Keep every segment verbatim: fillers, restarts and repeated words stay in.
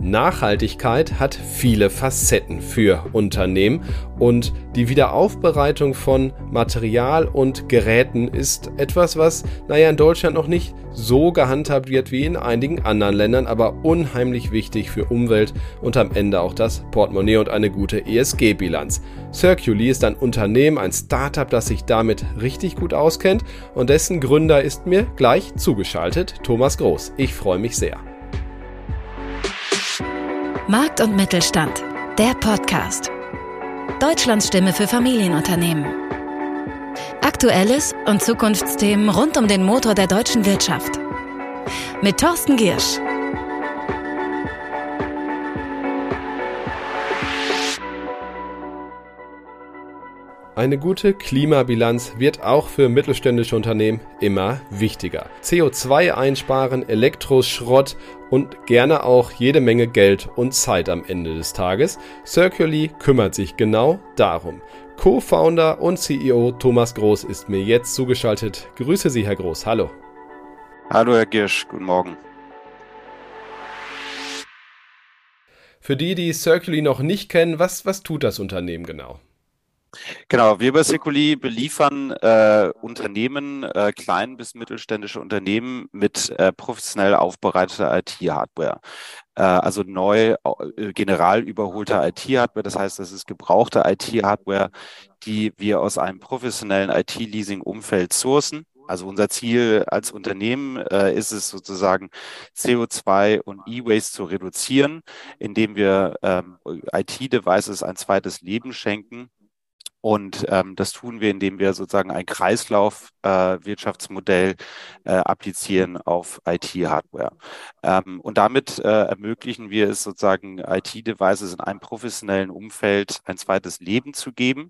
Nachhaltigkeit hat viele Facetten für Unternehmen und die Wiederaufbereitung von Material und Geräten ist etwas, was, naja, in Deutschland noch nicht so gehandhabt wird wie in einigen anderen Ländern, aber unheimlich wichtig für Umwelt und am Ende auch das Portemonnaie und eine gute E S G-Bilanz. Circuly ist ein Unternehmen, ein Startup, das sich damit richtig gut auskennt und dessen Gründer ist mir gleich zugeschaltet, Thomas Groß. Ich freue mich sehr. Markt und Mittelstand, der Podcast. Deutschlands Stimme für Familienunternehmen. Aktuelles und Zukunftsthemen rund um den Motor der deutschen Wirtschaft. Mit Thorsten Giersch. Eine gute Klimabilanz wird auch für mittelständische Unternehmen immer wichtiger. C O zwei einsparen, Elektroschrott und gerne auch jede Menge Geld und Zeit am Ende des Tages. Circuly kümmert sich genau darum. Co-Founder und C E O Thomas Groß ist mir jetzt zugeschaltet. Grüße Sie, Herr Groß. Hallo. Hallo, Herr Giersch. Guten Morgen. Für die, die Circuly noch nicht kennen, was, was tut das Unternehmen genau? Genau, wir bei Circuly beliefern äh, Unternehmen, äh, klein- bis mittelständische Unternehmen mit äh, professionell aufbereiteter I T-Hardware. Äh, also neu, äh, general überholter I T-Hardware, das heißt, das ist gebrauchte I T-Hardware, die wir aus einem professionellen I T-Leasing-Umfeld sourcen. Also unser Ziel als Unternehmen äh, ist es sozusagen, C O zwei und E-Waste zu reduzieren, indem wir ähm, I T-Devices ein zweites Leben schenken. Und ähm, das tun wir, indem wir sozusagen ein Kreislauf-Wirtschaftsmodell äh, äh, applizieren auf I T-Hardware. Ähm, und damit äh, ermöglichen wir es sozusagen, I T-Devices in einem professionellen Umfeld ein zweites Leben zu geben.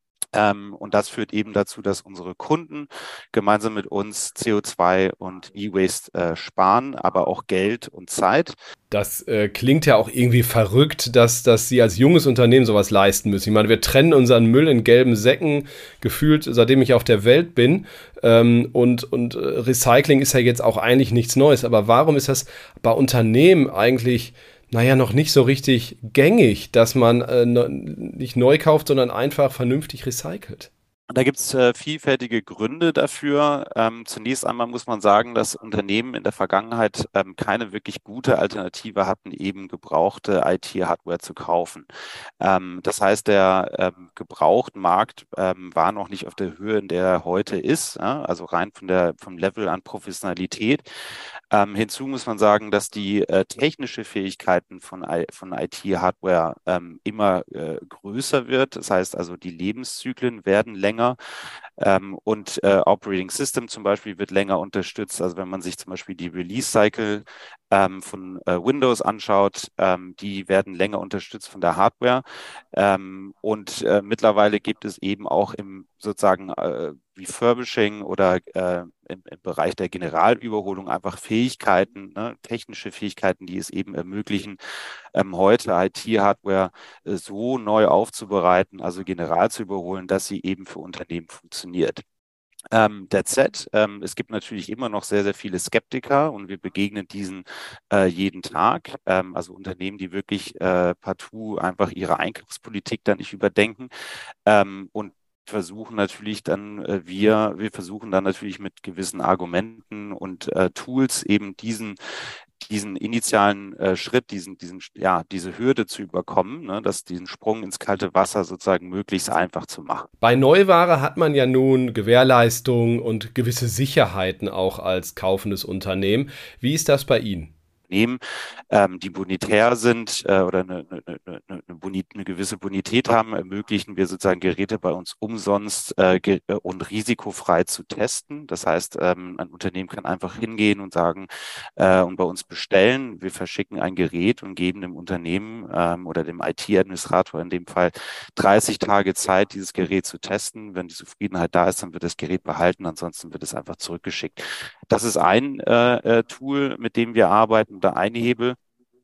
Ähm, und das führt eben dazu, dass unsere Kunden gemeinsam mit uns C O zwei und E-Waste äh, sparen, aber auch Geld und Zeit. Das äh, klingt ja auch irgendwie verrückt, dass, dass Sie als junges Unternehmen sowas leisten müssen. Ich meine, wir trennen unseren Müll in gelben Säcken, gefühlt seitdem ich auf der Welt bin. Ähm, und, und Recycling ist ja jetzt auch eigentlich nichts Neues. Aber warum ist das bei Unternehmen eigentlich naja, noch nicht so richtig gängig, dass man äh, nicht neu kauft, sondern einfach vernünftig recycelt? Da gibt es äh, vielfältige Gründe dafür. Ähm, zunächst einmal muss man sagen, dass Unternehmen in der Vergangenheit ähm, keine wirklich gute Alternative hatten, eben gebrauchte I T-Hardware zu kaufen. Ähm, das heißt, der ähm, Gebrauchtmarkt ähm, war noch nicht auf der Höhe, in der er heute ist, ja? Also rein von der, vom Level an Professionalität. Ähm, hinzu muss man sagen, dass die äh, technische Fähigkeiten von, I- von I T-Hardware ähm, immer äh, größer wird. Das heißt also, die Lebenszyklen werden länger. Ähm, und äh, Operating System zum Beispiel wird länger unterstützt. Also wenn man sich zum Beispiel die Release Cycle ähm, von äh, Windows anschaut, ähm, die werden länger unterstützt von der Hardware. Ähm, und äh, mittlerweile gibt es eben auch im sozusagen äh, Refurbishing oder äh, im, im Bereich der Generalüberholung einfach Fähigkeiten, ne, technische Fähigkeiten, die es eben ermöglichen, ähm, heute I T-Hardware äh, so neu aufzubereiten, also general zu überholen, dass sie eben für Unternehmen funktioniert. Ähm, that said, ähm, es gibt natürlich immer noch sehr, sehr viele Skeptiker und wir begegnen diesen äh, jeden Tag. Ähm, also Unternehmen, die wirklich äh, partout einfach ihre Einkaufspolitik dann nicht überdenken ähm, und versuchen natürlich dann, äh, wir, wir versuchen dann natürlich mit gewissen Argumenten und äh, Tools eben diesen diesen initialen äh, Schritt, diesen, diesen, ja, diese Hürde zu überkommen, ne, dass diesen Sprung ins kalte Wasser sozusagen möglichst einfach zu machen. Bei Neuware hat man ja nun Gewährleistung und gewisse Sicherheiten auch als kaufendes Unternehmen. Wie ist das bei Ihnen? Unternehmen, ähm, die bonitär sind äh, oder eine, eine, eine, eine, Bonit, eine gewisse Bonität haben, ermöglichen wir sozusagen Geräte bei uns umsonst äh, ge und risikofrei zu testen. Das heißt, ähm, ein Unternehmen kann einfach hingehen und sagen äh, und bei uns bestellen. Wir verschicken ein Gerät und geben dem Unternehmen ähm, oder dem I T-Administrator in dem Fall dreißig Tage Zeit, dieses Gerät zu testen. Wenn die Zufriedenheit da ist, dann wird das Gerät behalten, ansonsten wird es einfach zurückgeschickt. Das ist ein äh, Tool, mit dem wir arbeiten, der eine Hebel.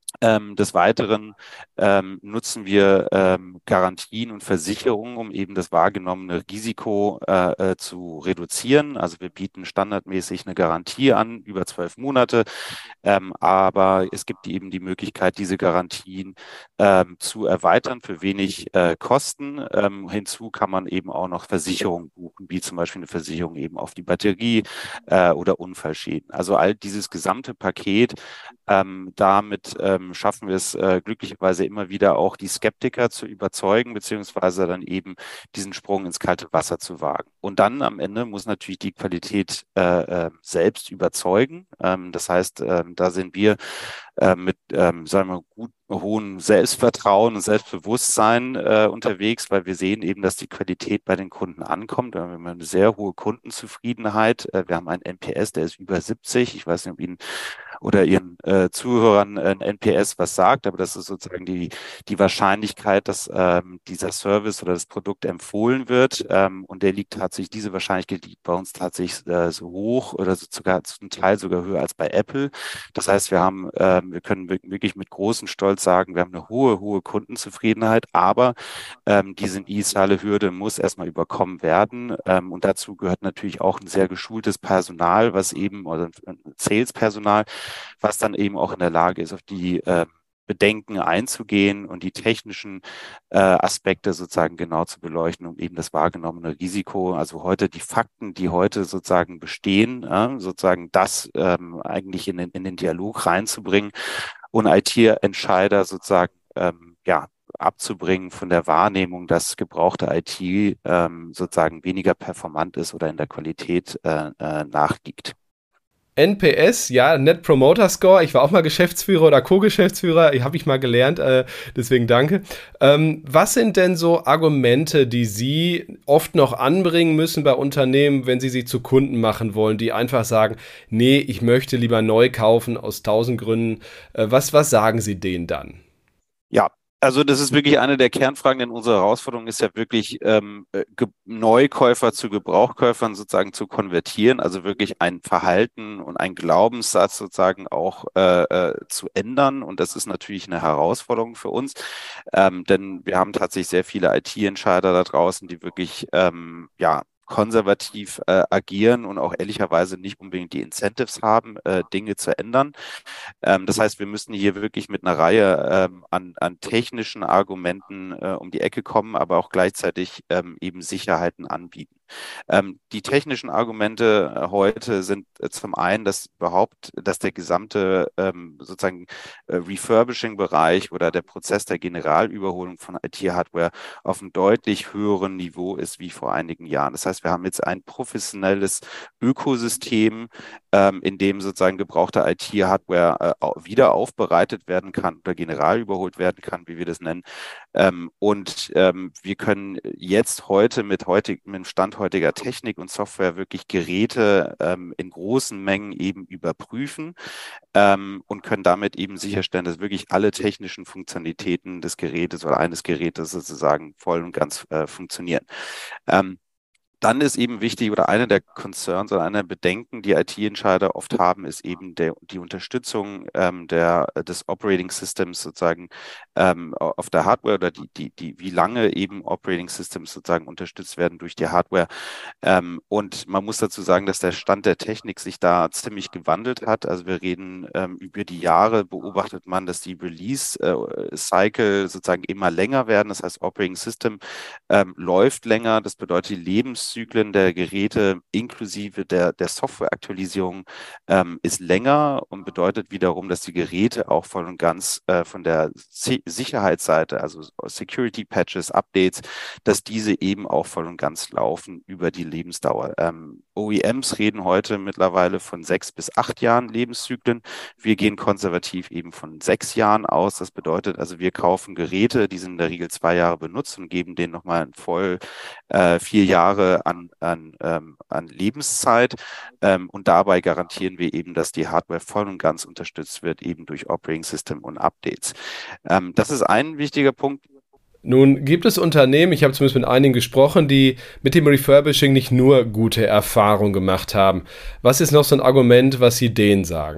Ähm, des Weiteren ähm, nutzen wir ähm, Garantien und Versicherungen, um eben das wahrgenommene Risiko äh, äh, zu reduzieren. Also wir bieten standardmäßig eine Garantie an, über zwölf Monate. Ähm, aber es gibt eben die Möglichkeit, diese Garantien ähm, zu erweitern für wenig äh, Kosten. Ähm, hinzu kann man eben auch noch Versicherungen buchen, wie zum Beispiel eine Versicherung eben auf die Batterie äh, oder Unfallschäden. Also all dieses gesamte Paket, ähm, damit ähm, schaffen wir es äh, glücklicherweise immer wieder auch die Skeptiker zu überzeugen, beziehungsweise dann eben diesen Sprung ins kalte Wasser zu wagen. Und dann am Ende muss natürlich die Qualität äh, äh, selbst überzeugen. Ähm, das heißt, ähm, da sind wir äh, mit, ähm, sagen wir, gut hohem Selbstvertrauen und Selbstbewusstsein äh, unterwegs, weil wir sehen eben, dass die Qualität bei den Kunden ankommt. Wir haben eine sehr hohe Kundenzufriedenheit. Äh, wir haben einen N P S, der ist über siebzig. Ich weiß nicht, ob Ihnen oder Ihren äh, Zuhörern ein N P S was sagt, aber das ist sozusagen die, die Wahrscheinlichkeit, dass ähm, dieser Service oder das Produkt empfohlen wird. Ähm, und der liegt tatsächlich, diese Wahrscheinlichkeit liegt bei uns tatsächlich äh, so hoch oder so sogar zum Teil sogar höher als bei Apple. Das heißt, wir haben, äh, wir können wirklich mit großem Stolz sagen, wir haben eine hohe, hohe Kundenzufriedenheit, aber ähm, diese initiale Hürde muss erstmal überkommen werden. Ähm, und dazu gehört natürlich auch ein sehr geschultes Personal, was eben, oder ein Sales-Personal, was dann eben auch in der Lage ist, auf die äh, Bedenken einzugehen und die technischen äh, Aspekte sozusagen genau zu beleuchten, um eben das wahrgenommene Risiko, also heute die Fakten, die heute sozusagen bestehen, äh, sozusagen das ähm, eigentlich in den, in den Dialog reinzubringen und I T-Entscheider sozusagen ähm, ja abzubringen von der Wahrnehmung, dass gebrauchte I T ähm, sozusagen weniger performant ist oder in der Qualität äh, äh, nachliegt. N P S, ja, Net Promoter Score. Ich war auch mal Geschäftsführer oder Co-Geschäftsführer, habe ich mal gelernt, äh, deswegen danke. Ähm, was sind denn so Argumente, die Sie oft noch anbringen müssen bei Unternehmen, wenn Sie sie zu Kunden machen wollen, die einfach sagen, nee, ich möchte lieber neu kaufen aus tausend Gründen. Äh, was, was sagen Sie denen dann? Ja, also das ist wirklich eine der Kernfragen, denn unsere Herausforderung ist ja wirklich, ähm, Ge- Neukäufer zu Gebrauchkäufern sozusagen zu konvertieren, also wirklich ein Verhalten und ein Glaubenssatz sozusagen auch äh, äh, zu ändern. Und das ist natürlich eine Herausforderung für uns, ähm, denn wir haben tatsächlich sehr viele I T-Entscheider da draußen, die wirklich, ähm, ja, konservativ äh, agieren und auch ehrlicherweise nicht unbedingt die Incentives haben, äh, Dinge zu ändern. Ähm, das heißt, wir müssen hier wirklich mit einer Reihe ähm, an, an technischen Argumenten äh, um die Ecke kommen, aber auch gleichzeitig ähm, eben Sicherheiten anbieten. Ähm, die technischen Argumente äh, heute sind äh, zum einen, dass überhaupt, dass der gesamte ähm, sozusagen äh, Refurbishing-Bereich oder der Prozess der Generalüberholung von I T-Hardware auf einem deutlich höheren Niveau ist wie vor einigen Jahren. Das heißt, wir haben jetzt ein professionelles Ökosystem, ähm, in dem sozusagen gebrauchte I T-Hardware äh, wieder aufbereitet werden kann oder general überholt werden kann, wie wir das nennen. Ähm, und ähm, wir können jetzt heute mit, heutig, mit dem Stand heutiger Technik und Software wirklich Geräte ähm, in großen Mengen eben überprüfen ähm, und können damit eben sicherstellen, dass wirklich alle technischen Funktionalitäten des Gerätes oder eines Gerätes sozusagen voll und ganz äh, funktionieren. Ähm, Dann ist eben wichtig oder eine der Concerns oder eine der Bedenken, die I T-Entscheider oft haben, ist eben der, die Unterstützung ähm, der, des Operating Systems sozusagen ähm, auf der Hardware oder die, die, die, wie lange eben Operating Systems sozusagen unterstützt werden durch die Hardware. Ähm, und man muss dazu sagen, dass der Stand der Technik sich da ziemlich gewandelt hat. Also wir reden ähm, über die Jahre, beobachtet man, dass die Release-Cycle äh, sozusagen immer länger werden. Das heißt, Operating System ähm, läuft länger. Das bedeutet, die Lebens Zyklen der Geräte inklusive der, der Softwareaktualisierung ähm, ist länger und bedeutet wiederum, dass die Geräte auch voll und ganz äh, von der Si- Sicherheitsseite, also Security Patches, Updates, dass diese eben auch voll und ganz laufen über die Lebensdauer. Ähm, O E Ms reden heute mittlerweile von sechs bis acht Jahren Lebenszyklen. Wir gehen konservativ eben von sechs Jahren aus. Das bedeutet also, wir kaufen Geräte, die sind in der Regel zwei Jahre benutzt und geben denen nochmal voll äh, vier Jahre an, an, ähm, an Lebenszeit. Ähm, und dabei garantieren wir eben, dass die Hardware voll und ganz unterstützt wird, eben durch Operating System und Updates. Ähm, das ist ein wichtiger Punkt. Nun gibt es Unternehmen, ich habe zumindest mit einigen gesprochen, die mit dem Refurbishing nicht nur gute Erfahrungen gemacht haben. Was ist noch so ein Argument, was Sie denen sagen?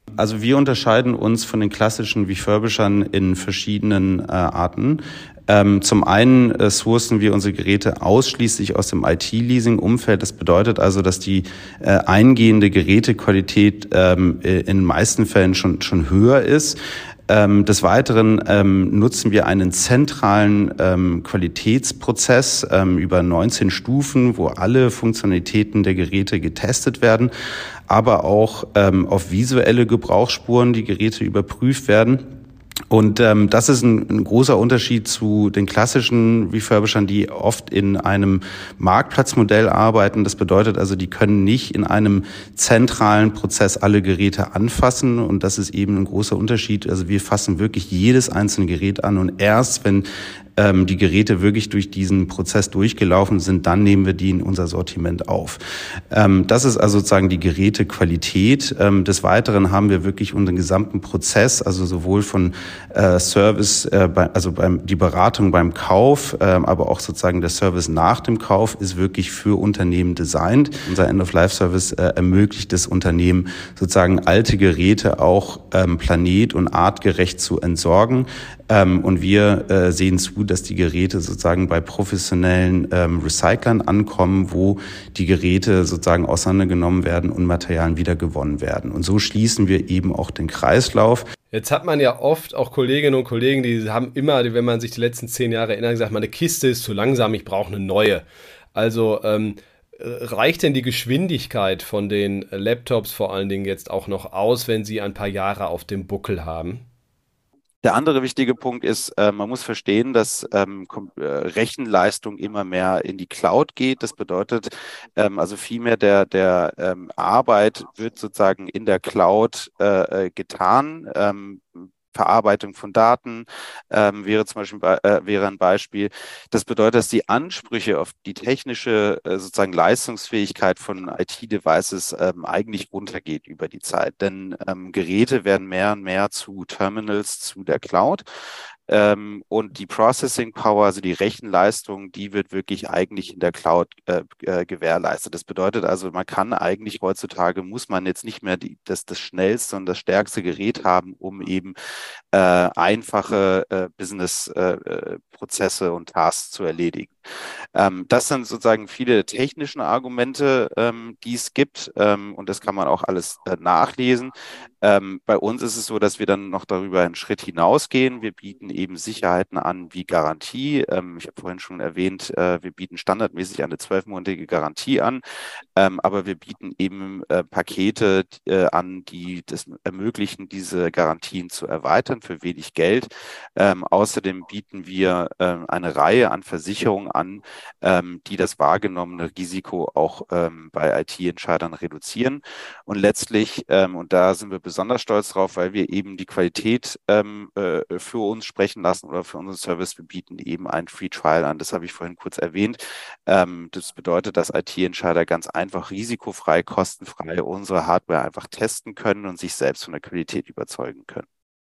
Also wir unterscheiden uns von den klassischen Refurbishern in verschiedenen äh, Arten. Ähm, zum einen äh, sourcen wir unsere Geräte ausschließlich aus dem I T-Leasing-Umfeld. Das bedeutet also, dass die äh, eingehende Gerätequalität ähm, in den meisten Fällen schon, schon höher ist. Ähm, des Weiteren ähm, nutzen wir einen zentralen ähm, Qualitätsprozess ähm, über neunzehn Stufen, wo alle Funktionalitäten der Geräte getestet werden, aber auch ähm, auf visuelle Gebrauchsspuren die Geräte überprüft werden. Und ähm, das ist ein, ein großer Unterschied zu den klassischen Refurbishern, die oft in einem Marktplatzmodell arbeiten. Das bedeutet also, die können nicht in einem zentralen Prozess alle Geräte anfassen. Und das ist eben ein großer Unterschied. Also wir fassen wirklich jedes einzelne Gerät an. Und erst wenn ähm, die Geräte wirklich durch diesen Prozess durchgelaufen sind, dann nehmen wir die in unser Sortiment auf. Ähm, das ist also sozusagen die Gerätequalität. Ähm, des Weiteren haben wir wirklich unseren gesamten Prozess, also sowohl von äh, Service, äh, bei, also beim, die Beratung beim Kauf, äh, aber auch sozusagen der Service nach dem Kauf ist wirklich für Unternehmen designt. Unser End-of-Life-Service äh, ermöglicht es Unternehmen, sozusagen alte Geräte auch ähm, planet- und artgerecht zu entsorgen. Ähm, und wir äh, sehen zu, dass die Geräte sozusagen bei professionellen ähm, Recyclern ankommen, wo die Geräte sozusagen auseinandergenommen werden und Materialien wiedergewonnen werden. Und so schließen wir eben auch den Kreislauf. Jetzt hat man ja oft auch Kolleginnen und Kollegen, die haben immer, wenn man sich die letzten zehn Jahre erinnert, gesagt, meine Kiste ist zu langsam, ich brauche eine neue. Also ähm, reicht denn die Geschwindigkeit von den Laptops vor allen Dingen jetzt auch noch aus, wenn sie ein paar Jahre auf dem Buckel haben? Der andere wichtige Punkt ist, äh, man muss verstehen, dass ähm, äh, Rechenleistung immer mehr in die Cloud geht. Das bedeutet, ähm, also viel mehr der, der ähm, Arbeit wird sozusagen in der Cloud äh, getan. Ähm, Verarbeitung von Daten ähm, wäre zum Beispiel äh, wäre ein Beispiel. Das bedeutet, dass die Ansprüche auf die technische äh, sozusagen Leistungsfähigkeit von I T-Devices ähm, eigentlich runtergeht über die Zeit. Denn ähm, Geräte werden mehr und mehr zu Terminals, zu der Cloud. Ähm, und die Processing Power, also die Rechenleistung, die wird wirklich eigentlich in der Cloud äh, äh, gewährleistet. Das bedeutet also, man kann eigentlich heutzutage, muss man jetzt nicht mehr die, das, das schnellste und das stärkste Gerät haben, um eben äh, einfache äh, Business-Prozesse äh, und Tasks zu erledigen. Ähm, das sind sozusagen viele technische Argumente, ähm, die es gibt, ähm, und das kann man auch alles äh, nachlesen. Ähm, bei uns ist es so, dass wir dann noch darüber einen Schritt hinausgehen. Wir bieten eben Sicherheiten an wie Garantie. Ähm, ich habe vorhin schon erwähnt, äh, wir bieten standardmäßig eine zwölfmonatige Garantie an, ähm, aber wir bieten eben äh, Pakete äh, an, die das ermöglichen, diese Garantien zu erweitern für wenig Geld. Ähm, außerdem bieten wir äh, eine Reihe an Versicherungen an, ähm, die das wahrgenommene Risiko auch ähm, bei I T-Entscheidern reduzieren. Und letztlich, ähm, und da sind wir besonders stolz drauf, weil wir eben die Qualität ähm, äh, für uns sprechen lassen oder für unseren Service, wir bieten eben ein Free Trial an. Das habe ich vorhin kurz erwähnt. Ähm, das bedeutet, dass I T-Entscheider ganz einfach risikofrei, kostenfrei unsere Hardware einfach testen können und sich selbst von der Qualität überzeugen können.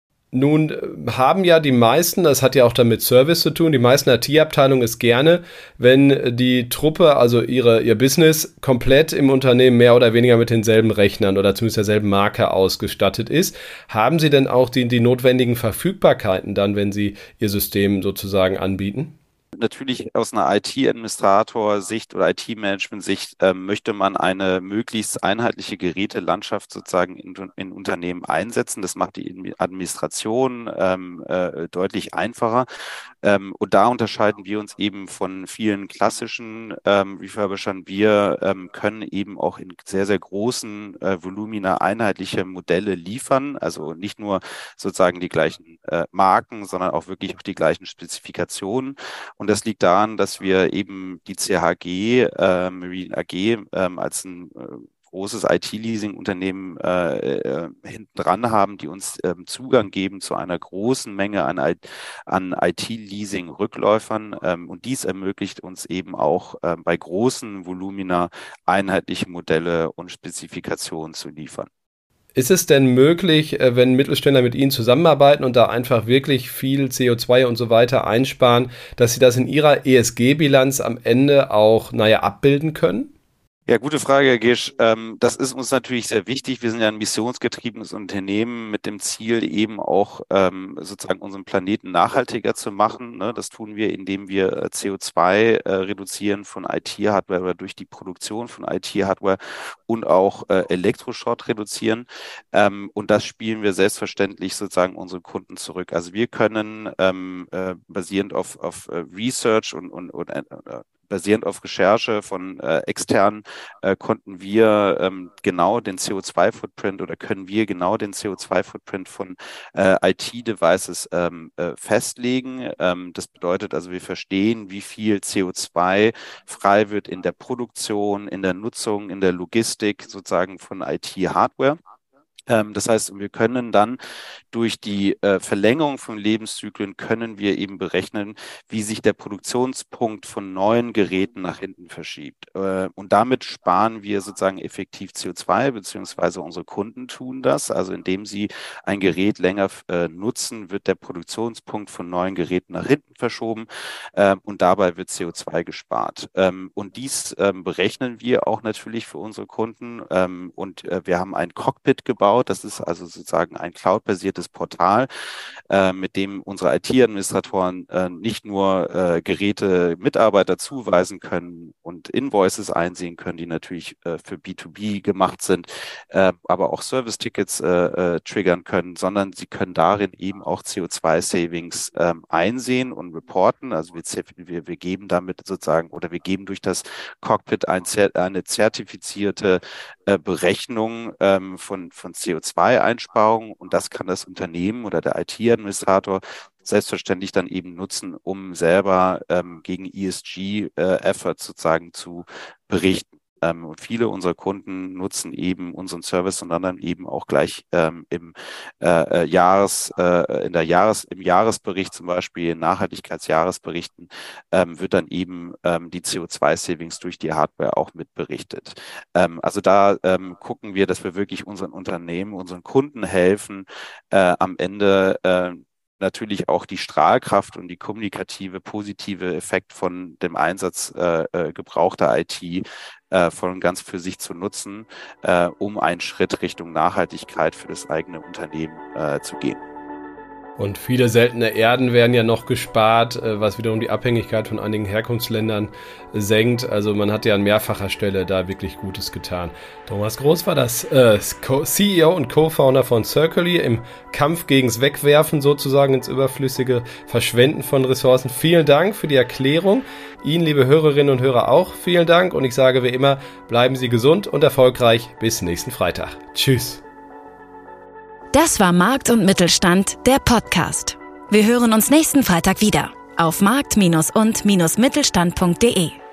Nun haben ja die meisten, das hat ja auch dann mit Service zu tun, die meisten I T-Abteilungen es gerne, wenn die Truppe, also ihre, ihr Business, komplett im Unternehmen mehr oder weniger mit denselben Rechnern oder zumindest derselben Marke ausgestattet ist. Haben Sie denn auch die, die notwendigen Verfügbarkeiten dann, wenn Sie Ihr System sozusagen anbieten? Natürlich aus einer I T-Administrator-Sicht oder I T-Management-Sicht äh, möchte man eine möglichst einheitliche Gerätelandschaft sozusagen in, in Unternehmen einsetzen. Das macht die Administration ähm, äh, deutlich einfacher. Ähm, und da unterscheiden wir uns eben von vielen klassischen ähm, Refurbishern. Wir ähm, können eben auch in sehr, sehr großen äh, Volumina einheitliche Modelle liefern. Also nicht nur sozusagen die gleichen äh, Marken, sondern auch wirklich auch die gleichen Spezifikationen. Und das liegt daran, dass wir eben die C H G, äh, Marine A G, ähm, als ein äh, großes I T-Leasing-Unternehmen äh, äh, hinten dran haben, die uns ähm, Zugang geben zu einer großen Menge an, an I T-Leasing-Rückläufern. Ähm, und dies ermöglicht uns eben auch äh, bei großen Volumina einheitliche Modelle und Spezifikationen zu liefern. Ist es denn möglich, wenn Mittelständler mit Ihnen zusammenarbeiten und da einfach wirklich viel C O zwei und so weiter einsparen, dass Sie das in Ihrer E S G-Bilanz am Ende auch, naja, abbilden können? Ja, gute Frage, Herr Gisch. Ähm, das ist uns natürlich sehr wichtig. Wir sind ja ein missionsgetriebenes Unternehmen mit dem Ziel, eben auch ähm, sozusagen unseren Planeten nachhaltiger zu machen. Ne? Das tun wir, indem wir C O zwei äh, reduzieren von I T-Hardware oder durch die Produktion von I T-Hardware und auch äh, Elektroschrott reduzieren. Ähm, und das spielen wir selbstverständlich sozusagen unseren Kunden zurück. Also wir können ähm, äh, basierend auf, auf äh, Research und, und, und äh, basierend auf Recherche von äh, externen äh, konnten wir ähm, genau den C O zwei Footprint oder können wir genau den C O zwei Footprint von äh, I T-Devices ähm, äh, festlegen. Ähm, das bedeutet also, wir verstehen, wie viel C O zwei frei wird in der Produktion, in der Nutzung, in der Logistik sozusagen von I T-Hardware. Ähm, das heißt, wir können dann durch die äh, Verlängerung von Lebenszyklen können wir eben berechnen, wie sich der Produktionspunkt von neuen Geräten nach hinten verschiebt. Äh, und damit sparen wir sozusagen effektiv C O zwei, beziehungsweise unsere Kunden tun das. Also indem sie ein Gerät länger äh, nutzen, wird der Produktionspunkt von neuen Geräten nach hinten verschoben äh, und dabei wird C O zwei gespart. Ähm, und dies ähm, berechnen wir auch natürlich für unsere Kunden. Ähm, und äh, wir haben ein Cockpit gebaut. Das ist also sozusagen ein cloud-basiertes Portal, äh, mit dem unsere I T-Administratoren äh, nicht nur äh, Geräte Mitarbeiter zuweisen können und Invoices einsehen können, die natürlich äh, für B zwei B gemacht sind, äh, aber auch Service-Tickets äh, äh, triggern können, sondern sie können darin eben auch C O zwei Savings äh, einsehen und reporten. Also wir, wir, wir geben damit sozusagen oder wir geben durch das Cockpit ein, eine zertifizierte äh, Berechnung ähm, von, von C O zwei Einsparungen und das kann das Unternehmen oder der I T-Administrator selbstverständlich dann eben nutzen, um selber ähm, gegen E S G-Efforts äh, sozusagen zu berichten. Ähm, und viele unserer Kunden nutzen eben unseren Service und dann eben auch gleich ähm, im äh, Jahres, äh, in der Jahres, im Jahresbericht zum Beispiel, in Nachhaltigkeitsjahresberichten, ähm, wird dann eben ähm, die C O zwei Savings durch die Hardware auch mit berichtet. Ähm, also da ähm, gucken wir, dass wir wirklich unseren Unternehmen, unseren Kunden helfen, äh, am Ende äh, natürlich auch die Strahlkraft und die kommunikative, positive Effekt von dem Einsatz äh, äh, gebrauchter I T äh, von ganz für sich zu nutzen, äh, um einen Schritt Richtung Nachhaltigkeit für das eigene Unternehmen äh, zu gehen. Und viele seltene Erden werden ja noch gespart, was wiederum die Abhängigkeit von einigen Herkunftsländern senkt. Also man hat ja an mehrfacher Stelle da wirklich Gutes getan. Thomas Groß war das äh, C E O und Co-Founder von Circly im Kampf gegens Wegwerfen, sozusagen ins überflüssige Verschwenden von Ressourcen. Vielen Dank für die Erklärung. Ihnen, liebe Hörerinnen und Hörer, auch vielen Dank. Und ich sage wie immer, bleiben Sie gesund und erfolgreich. Bis nächsten Freitag. Tschüss. Das war Markt und Mittelstand, der Podcast. Wir hören uns nächsten Freitag wieder auf markt- und mittelstand punkt de.